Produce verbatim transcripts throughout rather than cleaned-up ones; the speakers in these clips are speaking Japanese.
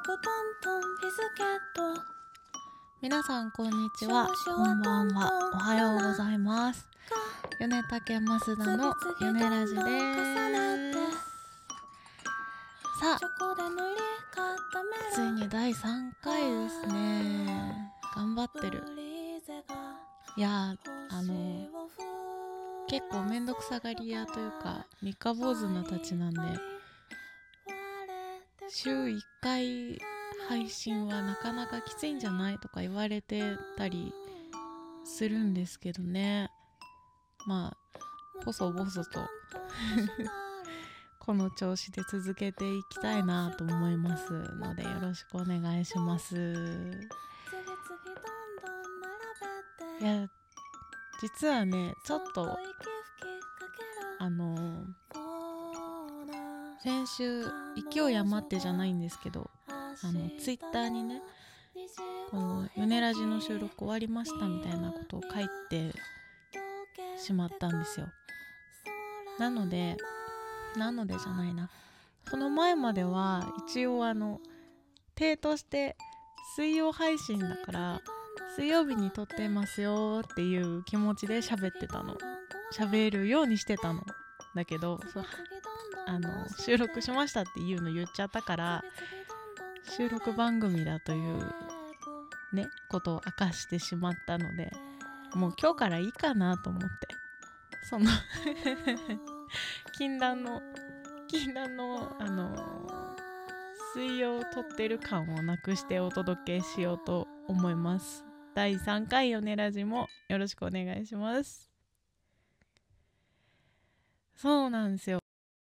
皆さんこんにちは、こんばんは、おはようございます。米竹増田の米ラジです。さあ、ついにだいさんかいですね。頑張ってる。いやあの結構めんどくさがり屋というか三日坊主なたちなんで、週いっかい配信はなかなかきついんじゃないとか言われてたりするんですけどね。まあ細々とこの調子で続けていきたいなと思いますので、よろしくお願いします。いや実はね、ちょっとあの先週勢い余ってじゃないんですけど、あのツイッターにね、この米ラジの収録終わりましたみたいなことを書いてしまったんですよ。なのでなのでじゃないなその前までは一応あの体として水曜配信だから水曜日に撮ってますよっていう気持ちで喋ってたの喋るようにしてたのだけど、そうあの収録しましたっていうの言っちゃったから、収録番組だというねことを明かしてしまったので、もう今日からいいかなと思って、その禁断の禁断のあの水曜を撮ってる感をなくしてお届けしようと思います。だいさんかいよねラジもよろしくお願いします。そうなんですよ。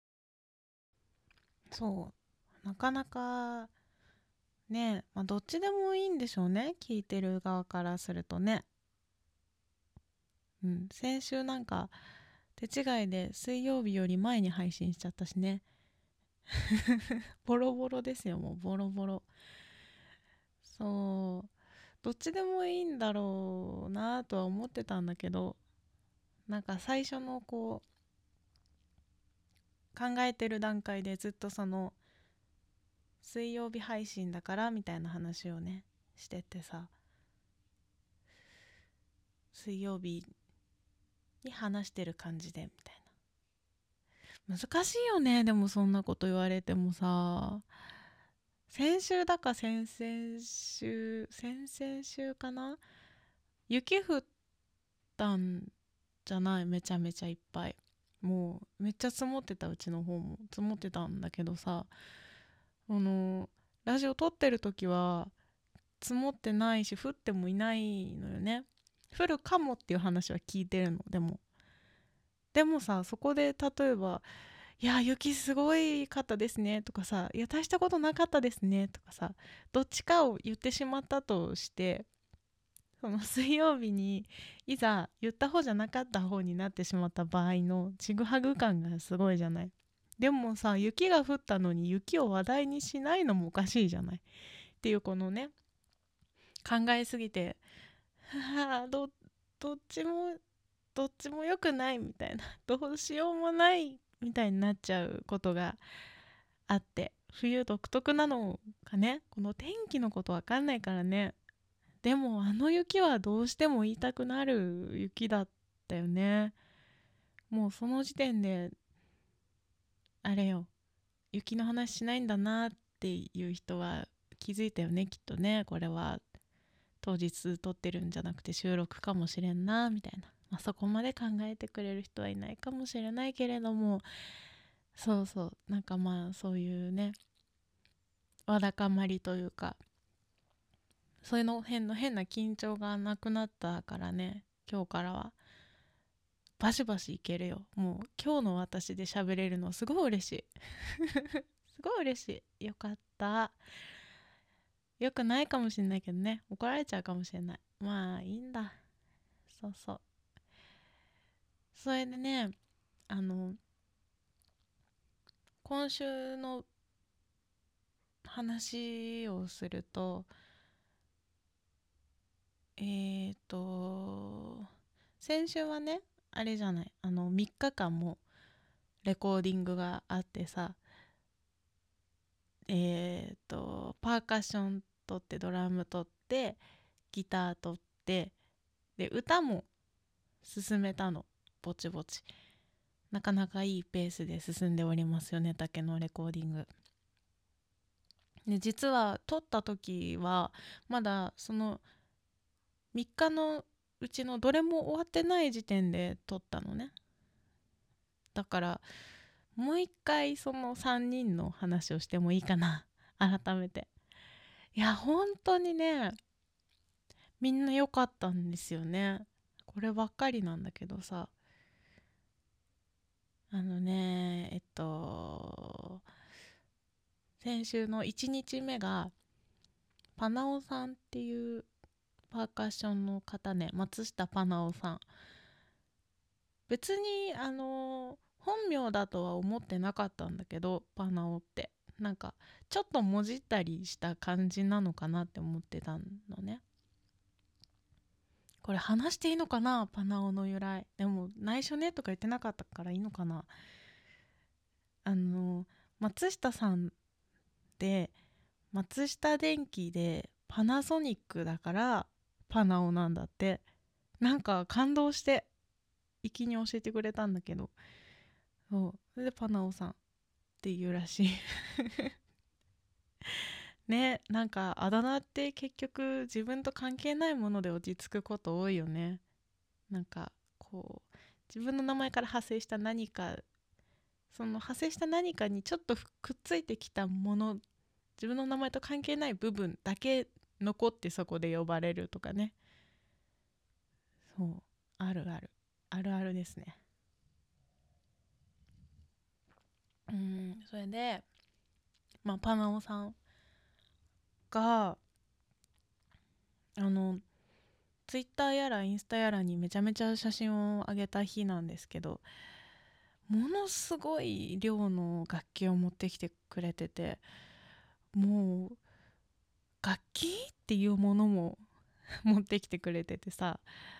そうなかなかね、まあ、どっちでもいいんでしょうね、聞いてる側からするとね。うん、先週なんか手違いで水曜日より前に配信しちゃったしねボロボロですよ、もうボロボロ。そうどっちでもいいんだろうなとは思ってたんだけど、なんか最初のこう考えてる段階でずっとその水曜日配信だからみたいな話をねしててさ、水曜日に話してる感じでみたいな。難しいよね、でもそんなこと言われてもさ。先週だか先々週先々週かな、雪降ったんじゃない、めちゃめちゃいっぱい。もうめっちゃ積もってた、うちの方も積もってたんだけどさ、あのラジオ撮ってる時は積もってないし降ってもいないのよね。降るかもっていう話は聞いてるの。でもでもさ、そこで例えばいや雪すごいかったですねとかさ、いや大したことなかったですねとかさ、どっちかを言ってしまったとして、その水曜日にいざ言った方じゃなかった方になってしまった場合のちぐはぐ感がすごいじゃない。でもさ、雪が降ったのに雪を話題にしないのもおかしいじゃないっていう、このね、考えすぎてはあ、どどっちもどっちも良くないみたいな、どうしようもないみたいになっちゃうことがあって、冬独特なのかね、この天気のことわかんないからね。でもあの雪はどうしても言いたくなる雪だったよね。もうその時点であれよ、雪の話しないんだなっていう人は気づいたよね、きっとね。これは当日撮ってるんじゃなくて収録かもしれんなみたいな、まあ、そこまで考えてくれる人はいないかもしれないけれども、そうそう、なんかまあそういうね、わだかまりというか、そういうの辺の変な緊張がなくなったからね、今日からはバシバシいけるよ。もう今日の私で喋れるのすごい嬉しいすごい嬉しい。よかった。よくないかもしれないけどね、怒られちゃうかもしれない。まあいいんだ。そうそう。それでね、あの今週の話をすると、えーと先週はね、あれじゃない、あのみっかかんもレコーディングがあってさ、 えー、とパーカッション取ってドラム取ってギター取ってで歌も進めたの。ぼちぼちなかなかいいペースで進んでおりますよね、竹のレコーディングで。実は撮った時はまだそのみっかのうちのどれも終わってない時点で撮ったのね。だからもう一回そのさんにんの話をしてもいいかな。改めて、いや本当にね、みんな良かったんですよね。こればっかりなんだけどさ、あのねえっと先週のいちにちめがパナオさんっていうパーカッションの方ね、松下パナオさん。別にあの本名だとは思ってなかったんだけど、パナオってなんかちょっともじったりした感じなのかなって思ってたのね。これ話していいのかな、パナオの由来。でも内緒ねとか言ってなかったからいいのかな。あの松下さんで松下電器でパナソニックだからパナオなんだって。なんか感動して粋に教えてくれたんだけど、そうそれでパナオさんっていうらしいね。なんかあだ名って結局自分と関係ないもので落ち着くこと多いよね。なんかこう自分の名前から派生した何か、その派生した何かにちょっとくっついてきたもの、自分の名前と関係ない部分だけ残ってそこで呼ばれるとかね。そう、あるあるあるあるですね。うん、それでまあパナオさんがあのツイッターやらインスタやらにめちゃめちゃ写真を上げた日なんですけど、ものすごい量の楽器を持ってきてくれてて、もう楽器っていうものも持ってきてくれててさ、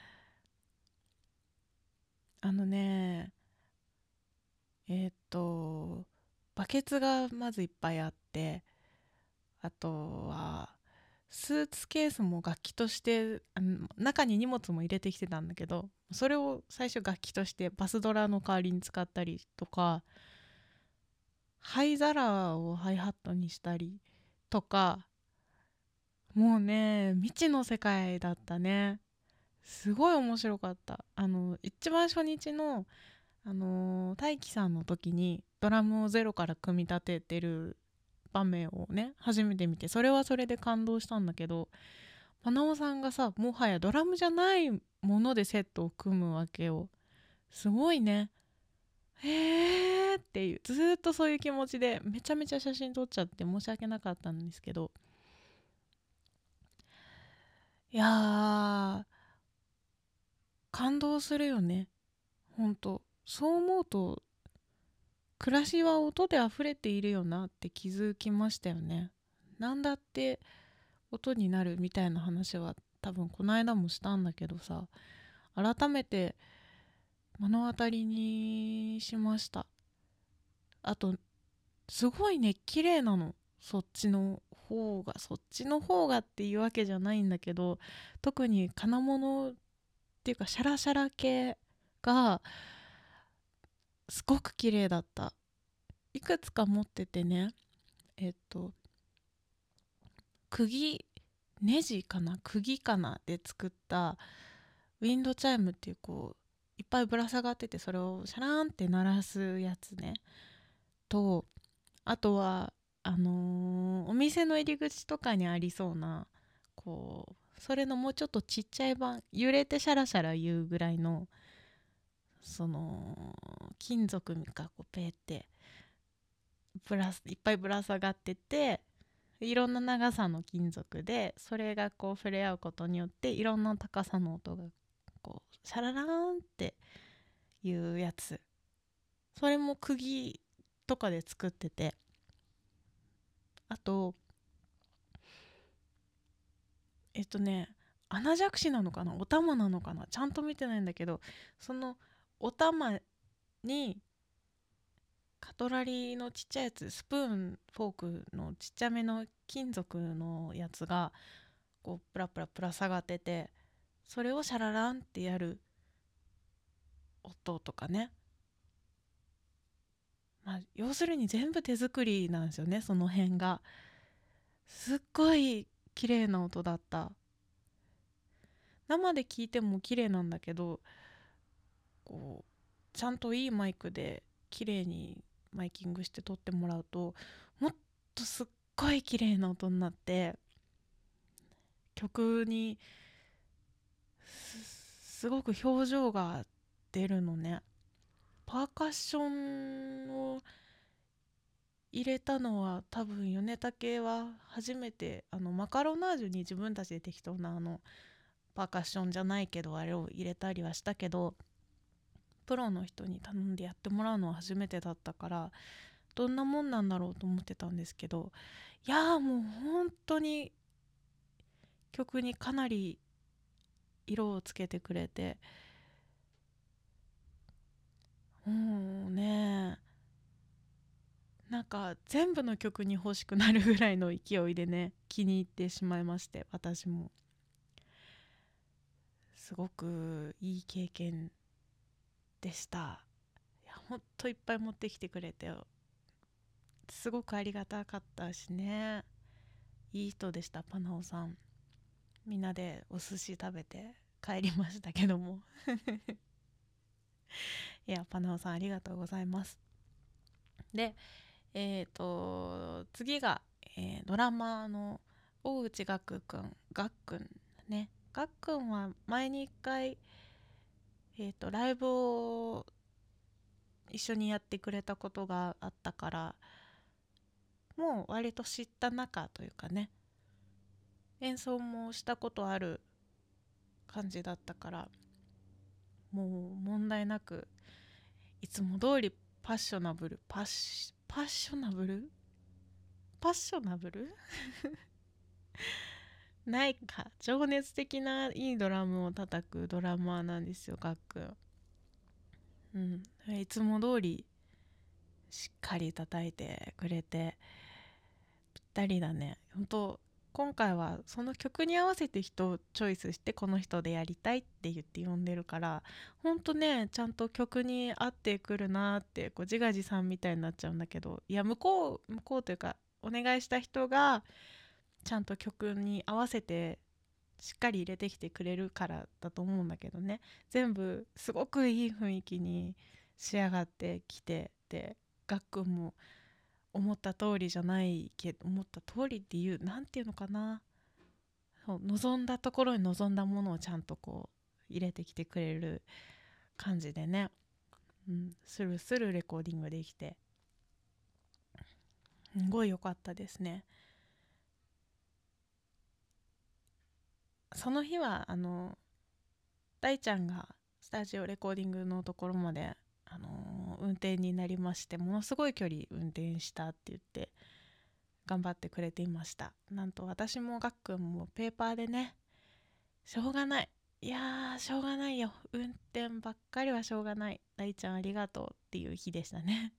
あのねえーっとバケツがまずいっぱいあって、あとはスーツケースも楽器として、あの中に荷物も入れてきてたんだけど、それを最初楽器としてバスドラの代わりに使ったりとか、灰皿をハイハットにしたりとか、もうね未知の世界だったね。すごい面白かった。あの一番初日のあのー大輝さんの時にドラムをゼロから組み立ててる場面をね初めて見て、それはそれで感動したんだけど、パナオさんがさもはやドラムじゃないものでセットを組むわけよ。すごいね。へーっていう、ずーっとそういう気持ちでめちゃめちゃ写真撮っちゃって申し訳なかったんですけど、いやー感動するよね。ほんとそう思うと暮らしは音で溢れているよなって気づきましたよね。なんだって音になるみたいな話は多分この間もしたんだけどさ、改めて目の当たりにしました。あとすごいね綺麗なの、そっちの方が。そっちの方がっていうわけじゃないんだけど、特に金物っていうかシャラシャラ系がすごく綺麗だった。いくつか持っててね、えっと釘ネジかな釘かなで作ったウィンドチャイムっていう、こういっぱいぶら下がっててそれをシャラーンって鳴らすやつね。とあとはあのーお店の入り口とかにありそうな、こうそれのもうちょっとちっちゃい版、揺れてシャラシャラ言うぐらいの、その金属がこうペーってぶらいっぱいぶら下がってて、いろんな長さの金属でそれがこう触れ合うことによっていろんな高さの音がこうシャララーンっていうやつ、それも釘とかで作ってて、あとえっとね穴じゃくしなのかなお玉なのかなちゃんと見てないんだけど、そのお玉にカトラリーのちっちゃいやつ、スプーンフォークのちっちゃめの金属のやつがこうプラプラプラ下がってて、それをシャラランってやる音とかね。まあ、要するに全部手作りなんですよね、その辺が。すっごい綺麗な音だった。生で聞いても綺麗なんだけど、こうちゃんといいマイクで綺麗にマイキングして撮ってもらうと、もっとすっごい綺麗な音になって、曲にす、すごく表情が出るのね。パーカッションを入れたのは多分米竹は初めて。あのマカロナージュに自分たちで適当なあのパーカッションじゃないけどあれを入れたりはしたけど、プロの人に頼んでやってもらうのは初めてだったから、どんなもんなんだろうと思ってたんですけど、いやーもう本当に曲にかなり色をつけてくれて、もうね、なんか全部の曲に欲しくなるぐらいの勢いでね、気に入ってしまいまして、私もすごくいい経験でした。いやほんといっぱい持ってきてくれて、すごくありがたかったしね。いい人でした、パナオさん。みんなでお寿司食べて帰りましたけどもいや、パナオさんありがとうございます。で、えっ、ー、と次が、えードラマーの大内岳くん、がっくんね。がっくんは前に一回、えー、とライブを一緒にやってくれたことがあったから、もう割と知った仲というかね、演奏もしたことある感じだったから、もう問題なく、いつも通りパッショナブルパッシパッショナブルパッショナブルないか、情熱的ないいドラムを叩くドラマーなんですよ、ガックン。うん、いつも通りしっかり叩いてくれて、ぴったりだね。本当今回はその曲に合わせて人をチョイスして、この人でやりたいって言って呼んでるから、ほんとね、ちゃんと曲に合ってくるなって、こう自画自賛みたいになっちゃうんだけど、いや、向こう向こうというか、お願いした人がちゃんと曲に合わせてしっかり入れてきてくれるからだと思うんだけどね。全部すごくいい雰囲気に仕上がってきてて、ガックンも思った通りじゃないけど、思った通りっていう、なんていうのかな、そう望んだところに望んだものをちゃんとこう入れてきてくれる感じでね、うん、スルスルレコーディングできて、すごい良かったですね。その日はあの大ちゃんがスタジオレコーディングのところまで、あの運転になりまして、ものすごい距離運転したって言って頑張ってくれていました。なんと私もがっくんもペーパーでね、しょうがない、いやーしょうがないよ、運転ばっかりはしょうがない、大ちゃんありがとうっていう日でしたね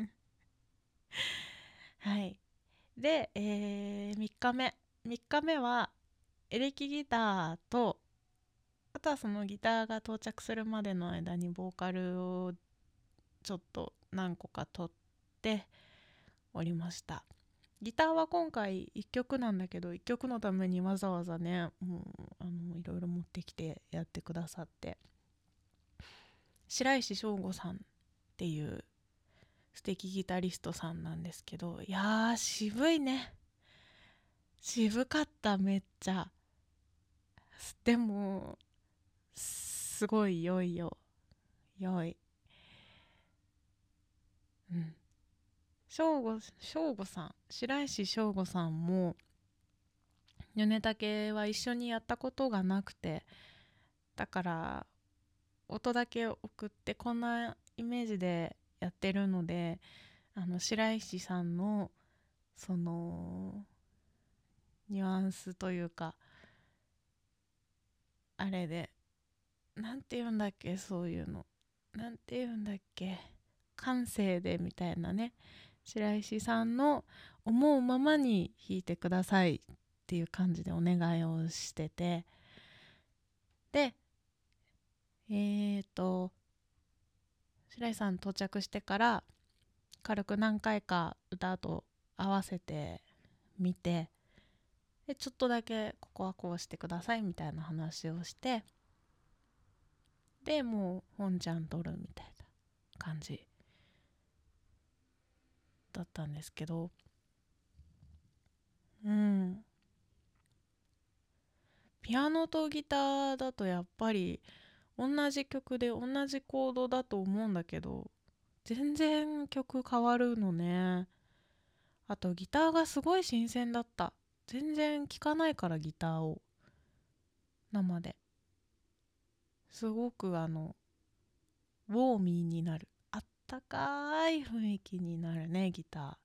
はい。で、えー、みっかめみっかめはエレキギターと、あとはそのギターが到着するまでの間にボーカルをちょっと何個か取っておりました。ギターは今回いっきょくなんだけど、いっきょくのためにわざわざね、もうあのいろいろ持ってきてやってくださって、白石翔吾さんっていう素敵ギタリストさんなんですけど、いやー渋いね。渋かった、めっちゃ。でもすごい良いよ、良い。うん。翔吾翔吾さん、白石翔吾さんも米竹は一緒にやったことがなくて、だから音だけ送って、こんなイメージでやってるので、あの白石さんのそのニュアンスというか、あれで、なんて言うんだっけ、そういうの、なんて言うんだっけ、 感性でみたいなね、白石さんの思うままに弾いてくださいっていう感じでお願いをしてて、でえーと白石さん到着してから軽く何回か歌と合わせてみて、でちょっとだけここはこうしてくださいみたいな話をして、でもう本ちゃん撮るみたいな感じだったんですけど、うんピアノとギターだとやっぱり同じ曲で同じコードだと思うんだけど、全然曲変わるのね。あとギターがすごい新鮮だった。全然聴かないからギターを生で、すごくあのウォーミーになる、あったかい雰囲気になるね、ギタ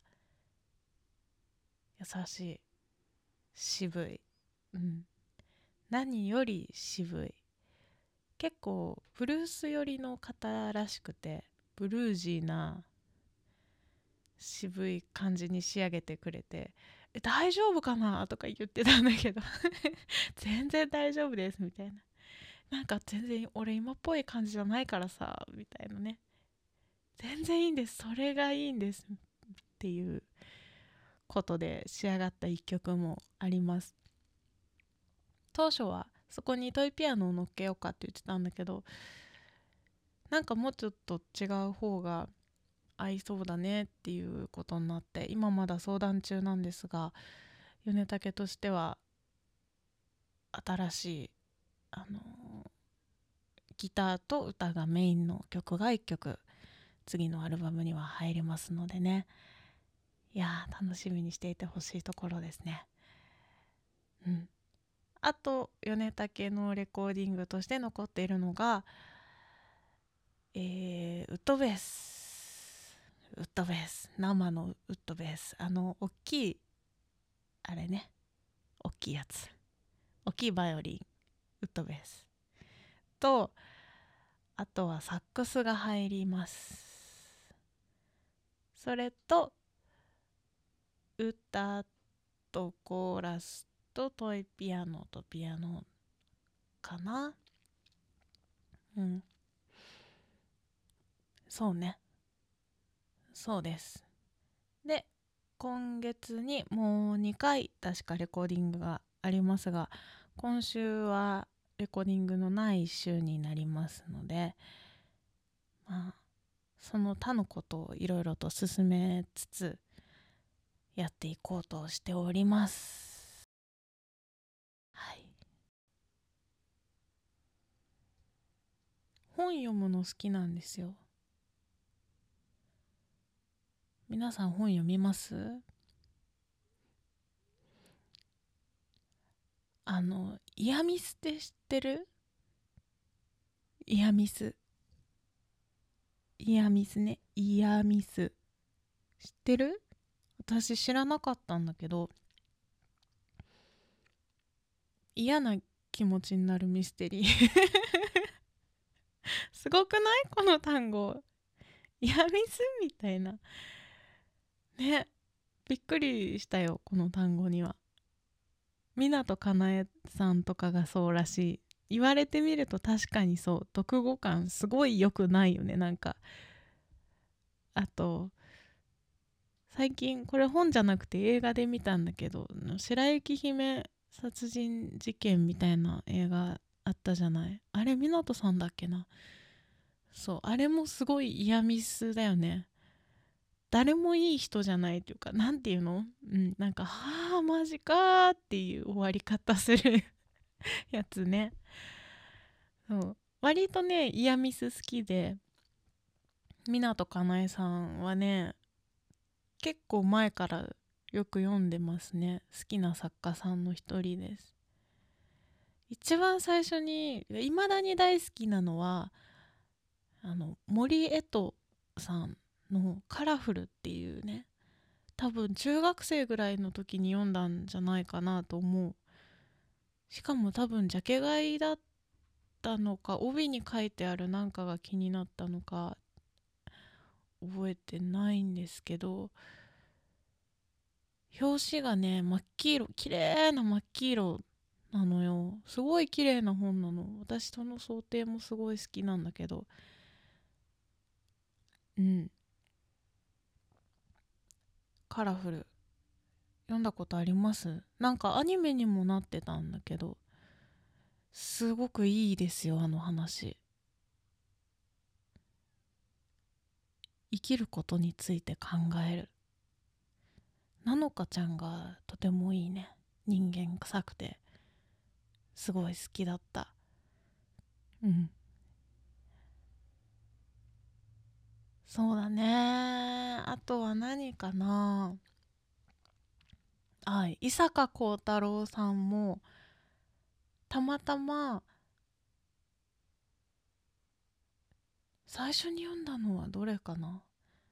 ー。優しい、渋い、うん何より渋い。結構ブルース寄りの方らしくて、ブルージーな渋い感じに仕上げてくれて、え大丈夫かなとか言ってたんだけど全然大丈夫ですみたいな、なんか全然俺今っぽい感じじゃないからさみたいなね、全然いいんです、それがいいんですっていうことで仕上がった一曲もあります。当初はそこにトイピアノを乗っけようかって言ってたんだけど、なんかもうちょっと違う方が合いそうだねっていうことになって、今まだ相談中なんですが、米竹としては新しいあのギターと歌がメインの曲がいっきょく次のアルバムには入りますのでね、いやー楽しみにしていてほしいところですね。うんあと米竹のレコーディングとして残っているのが、えー、ウッドベースウッドベース生のウッドベース、あの大きいあれね、大きいやつ、大きいバイオリン、ウッドベースと、あとはサックスが入ります。それと歌とコーラスとトイピアノとピアノかな。うんそうね、そうです。で今月にもうにかい確かレコーディングがありますが、今週はレコーディングのない週になりますので、まあその他のことをいろいろと進めつつやっていこうとしております。はい。本読むの好きなんですよ。皆さん本読みます？あのイヤミスって知ってる？イヤミスイヤミスね、イヤミス知ってる？私知らなかったんだけど、嫌な気持ちになるミステリーすごくない？この単語、イヤミスみたいなね、びっくりしたよ、この単語には。湊かなえさんとかがそうらしい。言われてみると確かにそう、読語感すごい良くないよね。なんかあと最近これ本じゃなくて映画で見たんだけど、白雪姫殺人事件みたいな映画あったじゃない、あれ湊さんだっけな。そうあれもすごいイヤミスだよね。誰もいい人じゃないというか、なんていうの、うん、なんかはあマジかーっていう終わり方するやつね。そう割とねイヤミス好きで、湊かなえさんはね結構前からよく読んでますね。好きな作家さんの一人です。一番最初にいまだに大好きなのはあの森絵都さんの「カラフル」っていうね、多分中学生ぐらいの時に読んだんじゃないかなと思う。しかも多分ジャケ買いだったのか帯に書いてあるなんかが気になったのか覚えてないんですけど、表紙がね真っ黄色、綺麗な真っ黄色なのよ。すごい綺麗な本なの。私その想定もすごい好きなんだけど、うん、カラフル。読んだことあります？なんかアニメにもなってたんだけど、すごくいいですよ、あの話。生きることについて考える。なのかちゃんがとてもいいね。人間臭くてすごい好きだった。うん、そうだね。あとは何かな。はい、伊坂幸太郎さんもたまたま最初に読んだのはどれかな。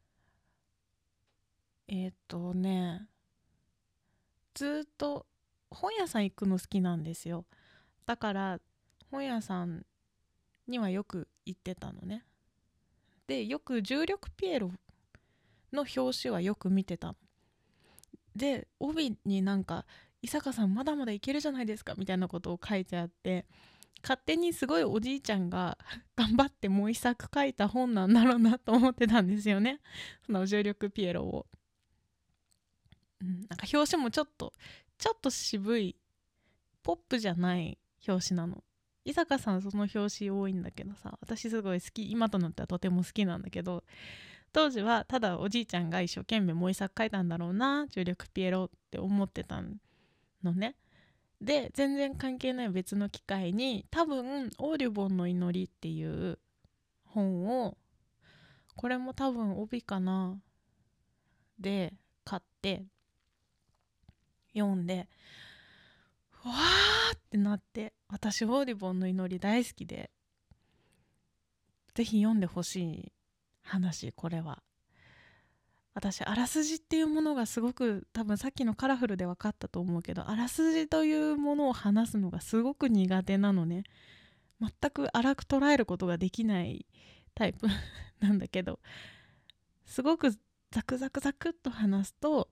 えっ、ー、とねずっと本屋さん行くの好きなんですよ。だから本屋さんにはよく行ってたのね。でよく重力ピエロの表紙はよく見てた。で帯になんか伊坂さんまだまだいけるじゃないですかみたいなことを書いてあって、勝手にすごいおじいちゃんが頑張ってもう一作書いた本なんだろうなと思ってたんですよね、その重力ピエロを。うん、なんか表紙もちょっとちょっと渋いポップじゃない表紙なの。伊坂さんその表紙多いんだけどさ、私すごい好き、今となってはとても好きなんだけど、当時はただおじいちゃんが一生懸命もう一作書いたんだろうな、重力ピエロって思ってたのね。で全然関係ない別の機会に多分オーリュボンの祈りっていう本を、これも多分帯かなで買って読んで、わーってなって、私オーディボンの祈り大好きで、ぜひ読んでほしい話。これは私あらすじっていうものがすごく、多分さっきのカラフルで分かったと思うけど、あらすじというものを話すのがすごく苦手なのね。全く荒く捉えることができないタイプなんだけど、すごくザクザクザクっと話すと、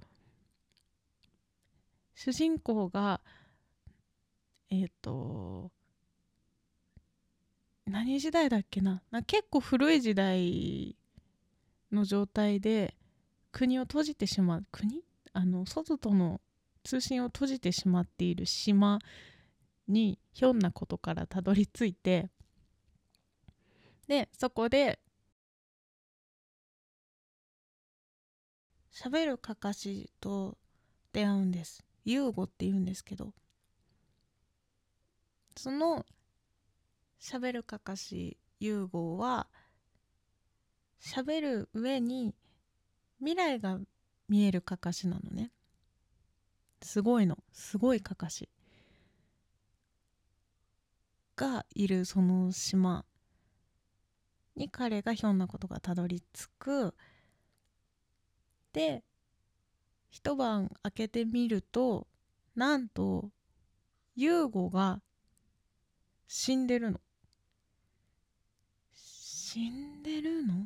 主人公がえっ、ー、と何時代だっけな、な結構古い時代の状態で国を閉じてしまう、国あの外との通信を閉じてしまっている島にひょんなことからたどり着いて、でそこで喋るかかしと出会うんです。ユーゴって言うんですけど、その喋るかかしユーゴは喋る上に未来が見えるかかしなのね。すごいの、すごいかかしがいるその島に彼がひょんなことがたどり着く。で一晩明けてみると、なんとユーゴが死んでるの。死んでるの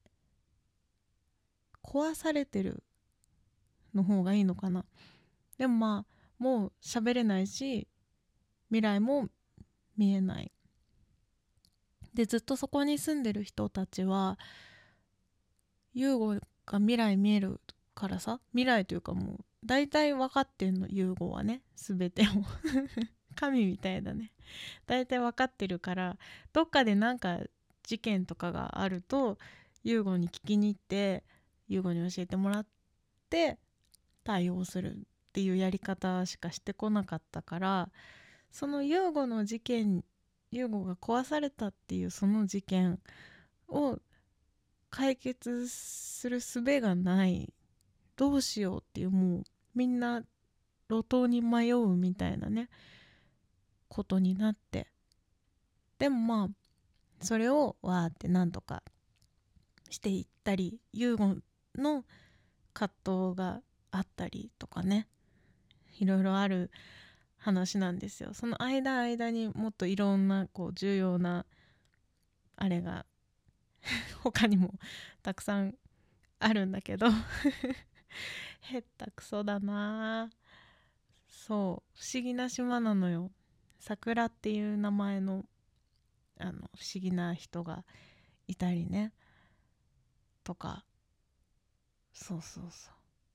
壊されてるの方がいいのかな。でもまあもう喋れないし未来も見えない。でずっとそこに住んでる人たちはユーゴが未来見えるからさ、未来というかもう大体分かってんの、ユーゴはね、全てを神みたいだね。大体分かってるから、どっかでなんか事件とかがあるとユーゴに聞きに行ってユーゴに教えてもらって対応するっていうやり方しかしてこなかったから、そのユーゴの事件、ユーゴが壊されたっていうその事件を解決する術がない、どうしようっていう、もうみんな路頭に迷うみたいなねことになって、でもまあそれをわーってなんとかしていったり、ユーゴの葛藤があったりとかね、いろいろある話なんですよ。その間間にもっといろんなこう重要なあれが他にもたくさんあるんだけどへったくそだな。そう不思議な島なのよ。桜っていう名前のあの不思議な人がいたりねとか、そうそうそう、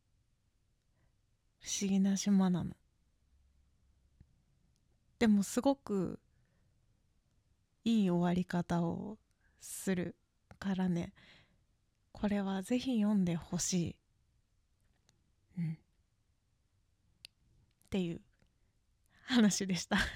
不思議な島なの。でもすごくいい終わり方をするからね、これはぜひ読んでほしい、うん、っていう話でした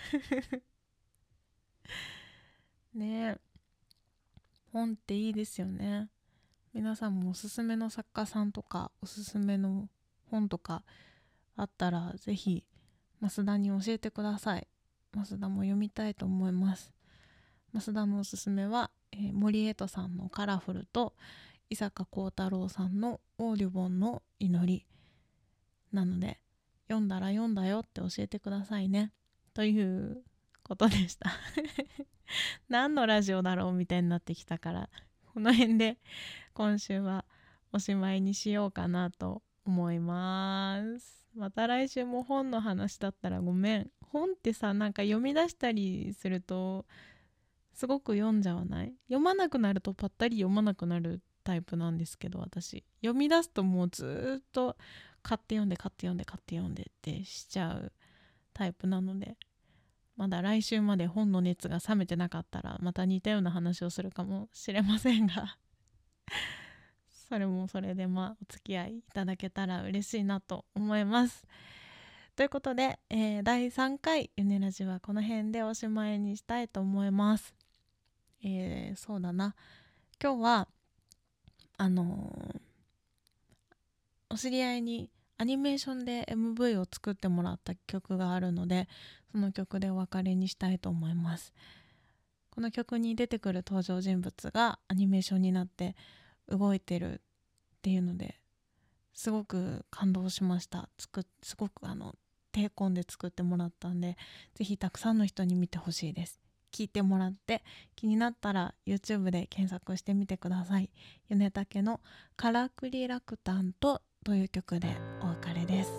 ねえ、本っていいですよね。皆さんもおすすめの作家さんとかおすすめの本とかあったらぜひ増田に教えてください。増田も読みたいと思います。増田のおすすめは、えー、森江戸さんのカラフルと伊坂幸太郎さんのオーデュボンの祈りなので、読んだら読んだよって教えてくださいねということでした何のラジオだろうみたいになってきたから、この辺で今週はおしまいにしようかなと思います。また来週も本の話だったらごめん。本ってさ、なんか読み出したりするとすごく読んじゃわない？読まなくなるとぱったり読まなくなるタイプなんですけど、私読み出すともうずっと買って読んで買って読んで買って読んでってしちゃうタイプなので、まだ来週まで本の熱が冷めてなかったらまた似たような話をするかもしれませんがそれもそれでまあお付き合いいただけたら嬉しいなと思います。ということで、えー、だいさんかいゆねラジはこの辺でおしまいにしたいと思います。えー、そうだな、今日はあのー、お知り合いにアニメーションで エムブイ を作ってもらった曲があるので、その曲でお別れにしたいと思います。この曲に出てくる登場人物がアニメーションになって動いてるっていうのですごく感動しました。つくすごくあの手込んで作ってもらったんで、ぜひたくさんの人に見てほしいです。聞いてもらって気になったら YouTube で検索してみてください。米竹のカラクリラクタントという曲でお別れです。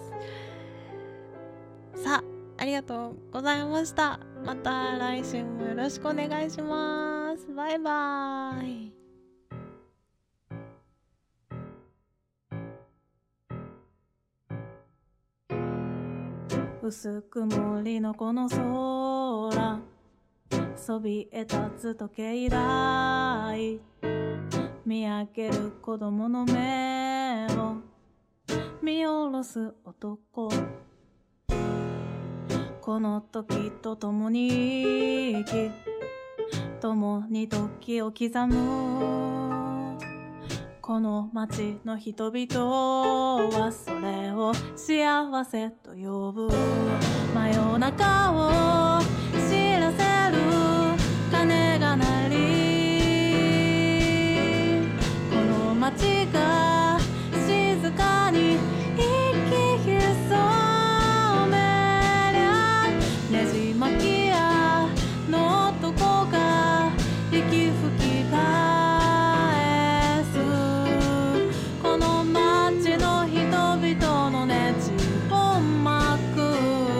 さあ、ありがとうございました。また来週もよろしくお願いします。バイバーイ。薄曇りのこの空、そびえ立つ時計台、見上げる子供の目を見下ろす男、この時と共に生き、共に時を刻むこの街の人々はそれを幸せと呼ぶ。真夜中を知らせる鐘が鳴り、この街が静かに息潜めりゃ、ねじ巻き屋の男が息吹き返すこの街の人々のねじを巻く、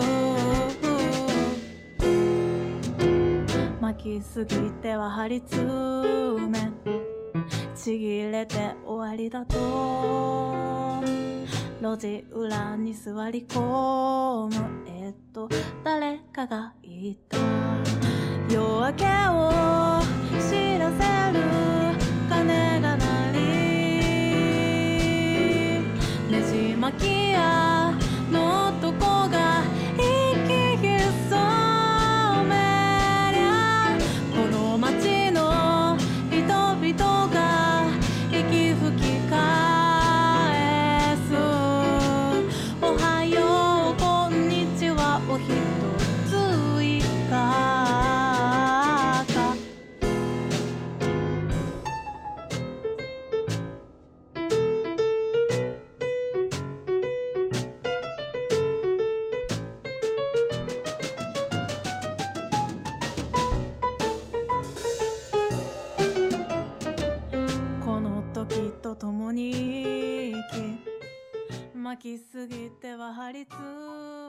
巻きすぎては張り詰め、ちぎれて終わりだと路地裏に座り込む、えっと誰かが言った。夜明けを知らせる鐘が鳴り、ねじ巻き屋の男が息潜めりゃ、この街の人々が息吹き返す。おはようこんにちはおひとついか巻きすぎては張り付